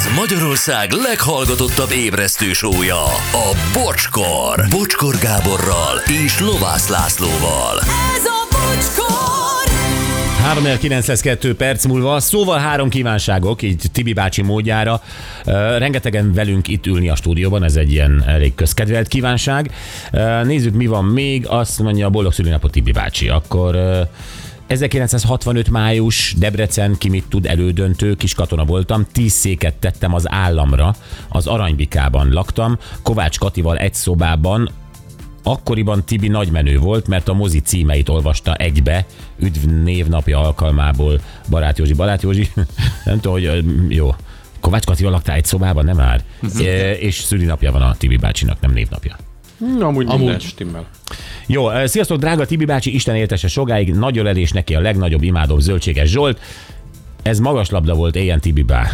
Ez Magyarország leghallgatottabb ébresztő show-ja, a Bocskor. Bocskor Gáborral és Lovász Lászlóval. Ez a Bocskor! 3:09 2 múlva, szóval 3 kívánságok, így Tibi bácsi módjára. Rengetegen velünk itt ülni a stúdióban, ez egy ilyen elég közkedvelt kívánság. Nézzük, mi van még, azt mondja, boldog szülinapot Tibi bácsi. Akkor 1965 május, Debrecen, ki mit tud, elődöntő, kis katona voltam, 10 széket tettem az államra, az Aranybikában laktam, Kovács Katival egy szobában. Akkoriban Tibi nagymenő volt, mert a mozi címeit olvasta egybe, üdv névnapja alkalmából Barát Józsi. Nem tudom, hogy jó. Kovács Katival laktál egy szobában, nem már? És szülinapja van a Tibi bácsinak, nem névnapja. Amúgy minden stimmel. Jó, sziasztok, drága Tibi bácsi, Isten éltesse sokáig, nagy ölelés neki a legnagyobb imádom, Zöldséges Zsolt. Ez magas labda volt, éljen Tibi bá.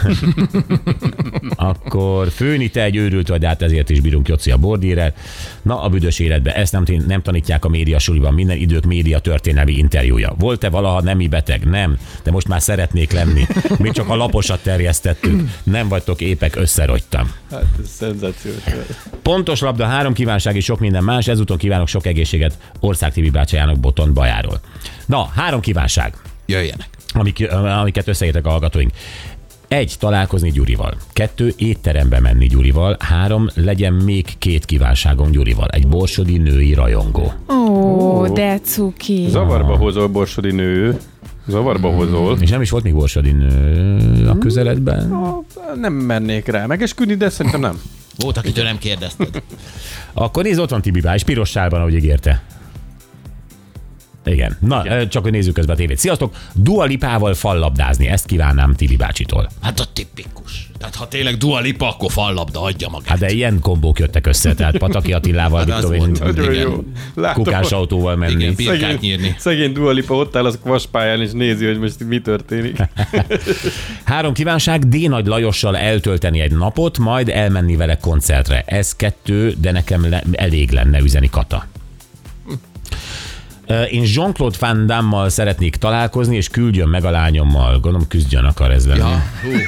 Akkor főni te egy őrült vagy, de hát ezért is bírunk Joci a bordírrel. Na, a büdös életbe, ezt nem tanítják a média suliban, minden idők média történelmi interjúja. Volt-e valaha nemi beteg? Nem, de most már szeretnék lenni. Mi csak a laposat terjesztettük. Nem vagytok épek, összerogytam. Hát ez szenzációs. Pontos labda, 3 kívánság és sok minden más. Ezúton kívánok sok egészséget Ország Tibi bácsájának Botond Bajáról. Na, 3 kívánság. Jöjjenek. Amiket összeértek a hallgatóink. 1. Találkozni Gyurival. 2. Étterembe menni Gyurival. 3. Legyen még 2 kívánságom Gyurival. Egy borsodi női rajongó. Ó, de cuki. Zavarba hozol, borsodi nő. Zavarba hozol. És nem is volt még borsodi nő a közeledben? Nem mennék rá megesküdni, de szerintem nem. Volt, akitől nem kérdezted. Akkor nézd, ott van Tibi bá, és piros sálban, ahogy ígérte. Igen. Na, igen. Csak hogy nézzük közben a tévét. Sziasztok! Dua Lipával fallabdázni. Ezt kívánnám Tibi bácsitól. Hát a tipikus. Tehát ha tényleg Dua Lipa, akkor fallabda, adja magát. Hát de ilyen kombók jöttek össze, tehát Pataki Attilával, Nagyon jó. Kukás autóval menni. Igen, birkát nyírni. Szegény Dua Lipa ott áll az vaspályán, és nézi, hogy most mi történik. 3 kívánság, D. Nagy Lajossal eltölteni egy napot, majd elmenni vele koncertre. Ez 2, de nekem elég lenne, üzeni Kata. Én Jean-Claude Van Damme-mal szeretnék találkozni, és küldjön meg a lányommal. Gondolom, küzdjön akar ez lenni. Ja,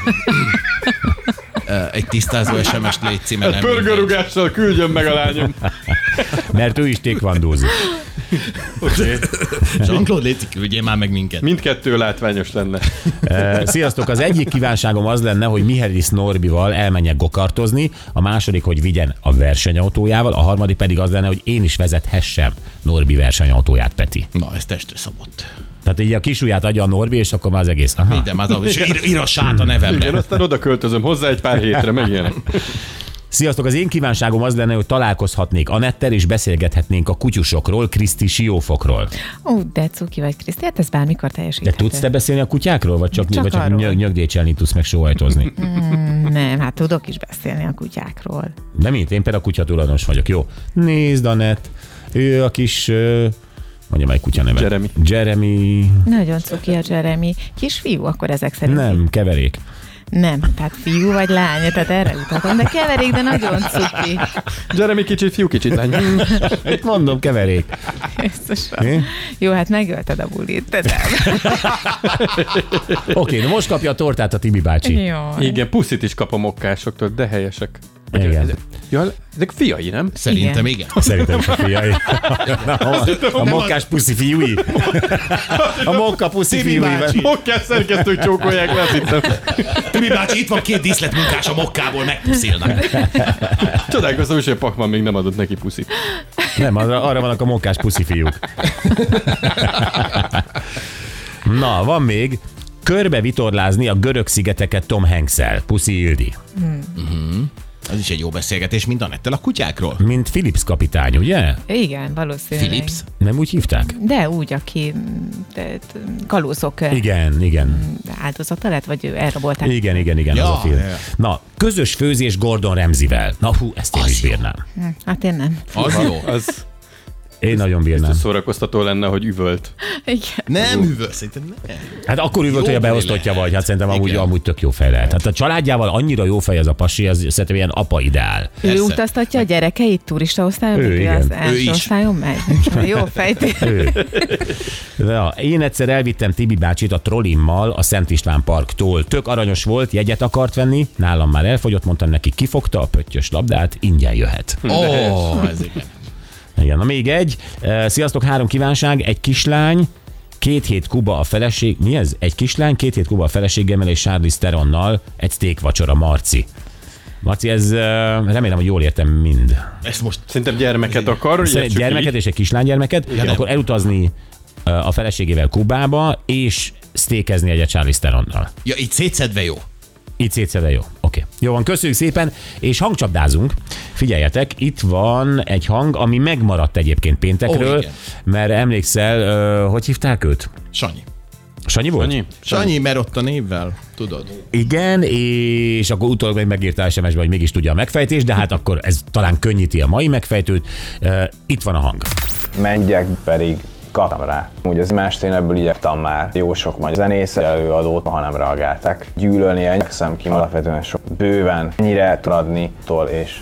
egy tisztázó SMS-t légy címe. Pörgőrugással küldjön meg a lányom. Mert ő is tékvandózik. Okay. Jean-Claude, légy, küldjél már meg minket. Mindkettő látványos lenne. Sziasztok, az egyik kívánságom az lenne, hogy Mihály Norbival elmenjek gokartozni, a második, hogy vigyen a versenyautójával, a harmadik pedig az lenne, hogy én is vezethessem Norbi versenyautóját, Peti. Na, ez testre szabott. Tehát így a kisujját adja a Norbi, és akkor már az egész. Aha. Minden, már írassát a nevemre. Igen, aztán oda költözöm hozzá egy pár hétre, meg ilyenek. Sziasztok, az én kívánságom az lenne, hogy találkozhatnék Anettel, és beszélgethetnénk a kutyusokról, Kriszti siófokról. Ó, de cuki vagy, Kriszti, hát ez bármikor teljesíthető. De tudsz te beszélni a kutyákról, vagy csak nyögdécselni tudsz, meg sóhajtozni? Nem, hát tudok is beszélni a kutyákról. De mint? Én például kutyatulajdonos vagyok. Jó, nézd, Anett, ő a kis... mondjam egy kutya neve. Jeremy. Nagyon cuki a Jeremy. Kisfiú akkor ezek szerint. Nem, keverék. Nem, tehát fiú vagy lány, tehát erre utatom, de keverék, de nagyon cuki. Jeremy kicsit fiú, kicsit lány. Itt mondom, keverék. Jó, hát megölted a bulit, de nem. Oké, na most kapja a tortát a Tibi bácsi. Jaj. Igen, puszit is kap a mokkásoktól, de helyesek. Igen. Ja, ezek fiai, nem? Szerintem igen. Szerintem is a fiai. A mokkás puszi fiúi. A mokka puszi fiúi. Mokkás szerkesztők csókolják le, azt hittem. Tibi bácsi, itt van 2 díszletmunkás a mokkából, megpuszilnak. Csodálkoztam is, hogy a Pakman még nem adott neki puszit. Nem, arra vannak a mokkás puszi fiúk. Na, van még. Körbe vitorlázni a görög szigeteket Tom Hanks-el. Puszi Ildi. Az is egy jó beszélgetés, mint Anettel a kutyákról. Mint Philips kapitány, ugye? Igen, valószínűleg. Philips? Nem úgy hívták? De úgy, aki kalózok Igen. áldozata lett, vagy elrabolták. Igen, ja, az a film. Ja. Na, közös főzés Gordon Ramsayvel. Na hú, ezt én is bírnám. Hát én nem. Az jó. Én nagyon bírnám. Szórakoztató lenne, hogy üvölt. Igen. Nem üvöl, szerintem nem. Hát akkor üvölt, Jó hogy a fej beosztottja lehet. vagy. Hát szerintem Igen. amúgy tök jó fej lehet. Hát a családjával annyira jó fej ez a pasi, ez szerintem ilyen apa ideál. Ő Persze. utaztatja a gyerekeit turista osztályon, Ő, ő igen. az Ő első is. osztályon megy. Jó fejtél. Ja, én egyszer elvittem Tibi bácsit a trollimmal a Szent István Parktól. Tök aranyos volt, jegyet akart venni, nálam már elfogyott, mondtam neki, kifogta a pöttyös labdát, ingyen jöhet. Ez igen. Igen, na még egy. Sziasztok, 3 kívánság, egy kislány, 2 hét Kuba a feleség, mi ez? Egy kislány, 2 hét Kuba a feleségemmel és Charlize Theronnal, egy steak vacsora, Marci. Marci, ez remélem, hogy jól értem mind. Ezt most Szerintem gyermeket akar. Szerint értsük gyermeket így. és egy kislánygyermeket, akkor elutazni a feleségével Kubába, és sztékezni egyet Charlize Theronnal. Ja, így szétszedve jó. Így szétszedve jó. Oké. Jó van, köszönjük szépen, és hangcsapdázunk. Figyeljetek, itt van egy hang, ami megmaradt egyébként péntekről, igen. mert emlékszel, hogy hívták őt? Sanyi. Sanyi volt? Annyi? Sanyi, mert ott a névvel, tudod. Igen, és akkor utólag még megírta SMS-be, hogy mégis tudja a megfejtést, de hát akkor ez talán könnyíti a mai megfejtőt. Itt van a hang. Menjek pedig kaptam rá. Úgy az mást én ebből igyekeztem már. Jó sok magyar zenész előadót, ha nem reagáltak. Gyűlölni igyekszem ki, alapvetően sok bőven ennyire tud adni tól és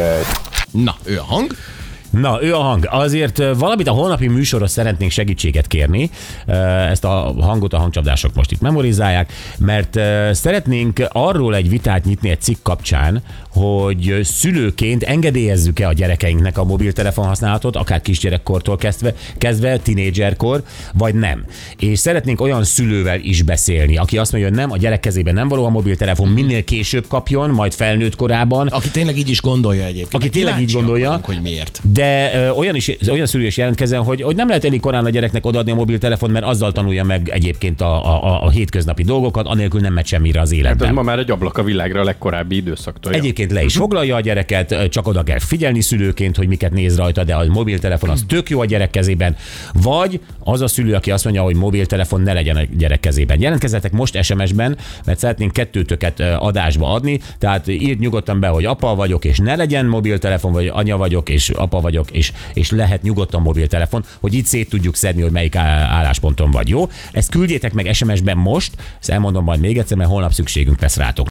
Na, ő a hang. Na, ő a hang. Azért valamit a holnapi műsorhoz szeretnénk segítséget kérni. Ezt a hangot a hangcsapdások most itt memorizálják, mert szeretnénk arról egy vitát nyitni egy cikk kapcsán, hogy szülőként engedélyezzük-e a gyerekeinknek a mobiltelefon használatot, akár kisgyerekkortól kezdve tinédzserkor, vagy nem. És szeretnénk olyan szülővel is beszélni, aki azt mondja, hogy nem, a gyerek kezében nem való a mobiltelefon, minél később kapjon, majd felnőtt korában. Aki tényleg így is gondolja egyébként. Aki tényleg így Kíváncsiak gondolja. vagyunk, hogy miért. De olyan szülő is jelentkezzen, hogy nem lehet elég korán a gyereknek odaadni a mobiltelefon, mert azzal tanulja meg egyébként a hétköznapi dolgokat, anélkül nem megy semmire az Hát ez életben. ma már egy ablak a világra a legkorábbi időszaktól. Egyébként le is foglalja a gyereket, csak oda kell figyelni szülőként, hogy miket néz rajta, de a mobiltelefon az tök jó a gyerek kezében. Vagy az a szülő, aki azt mondja, hogy mobiltelefon ne legyen a gyerek kezében. Jelentkezzetek most SMS-ben, mert szeretnénk kettőtöket adásba adni, tehát írd nyugodtan be, hogy apa vagyok, és ne legyen mobiltelefon, vagy anya vagyok, és apa vagyok, és lehet nyugodtan mobiltelefon, hogy itt szét tudjuk szedni, hogy melyik állásponton vagy, jó? Ezt küldjétek meg SMS-ben most, ezt elmondom majd még egyszer, mert holnap szükségünk lesz rátok.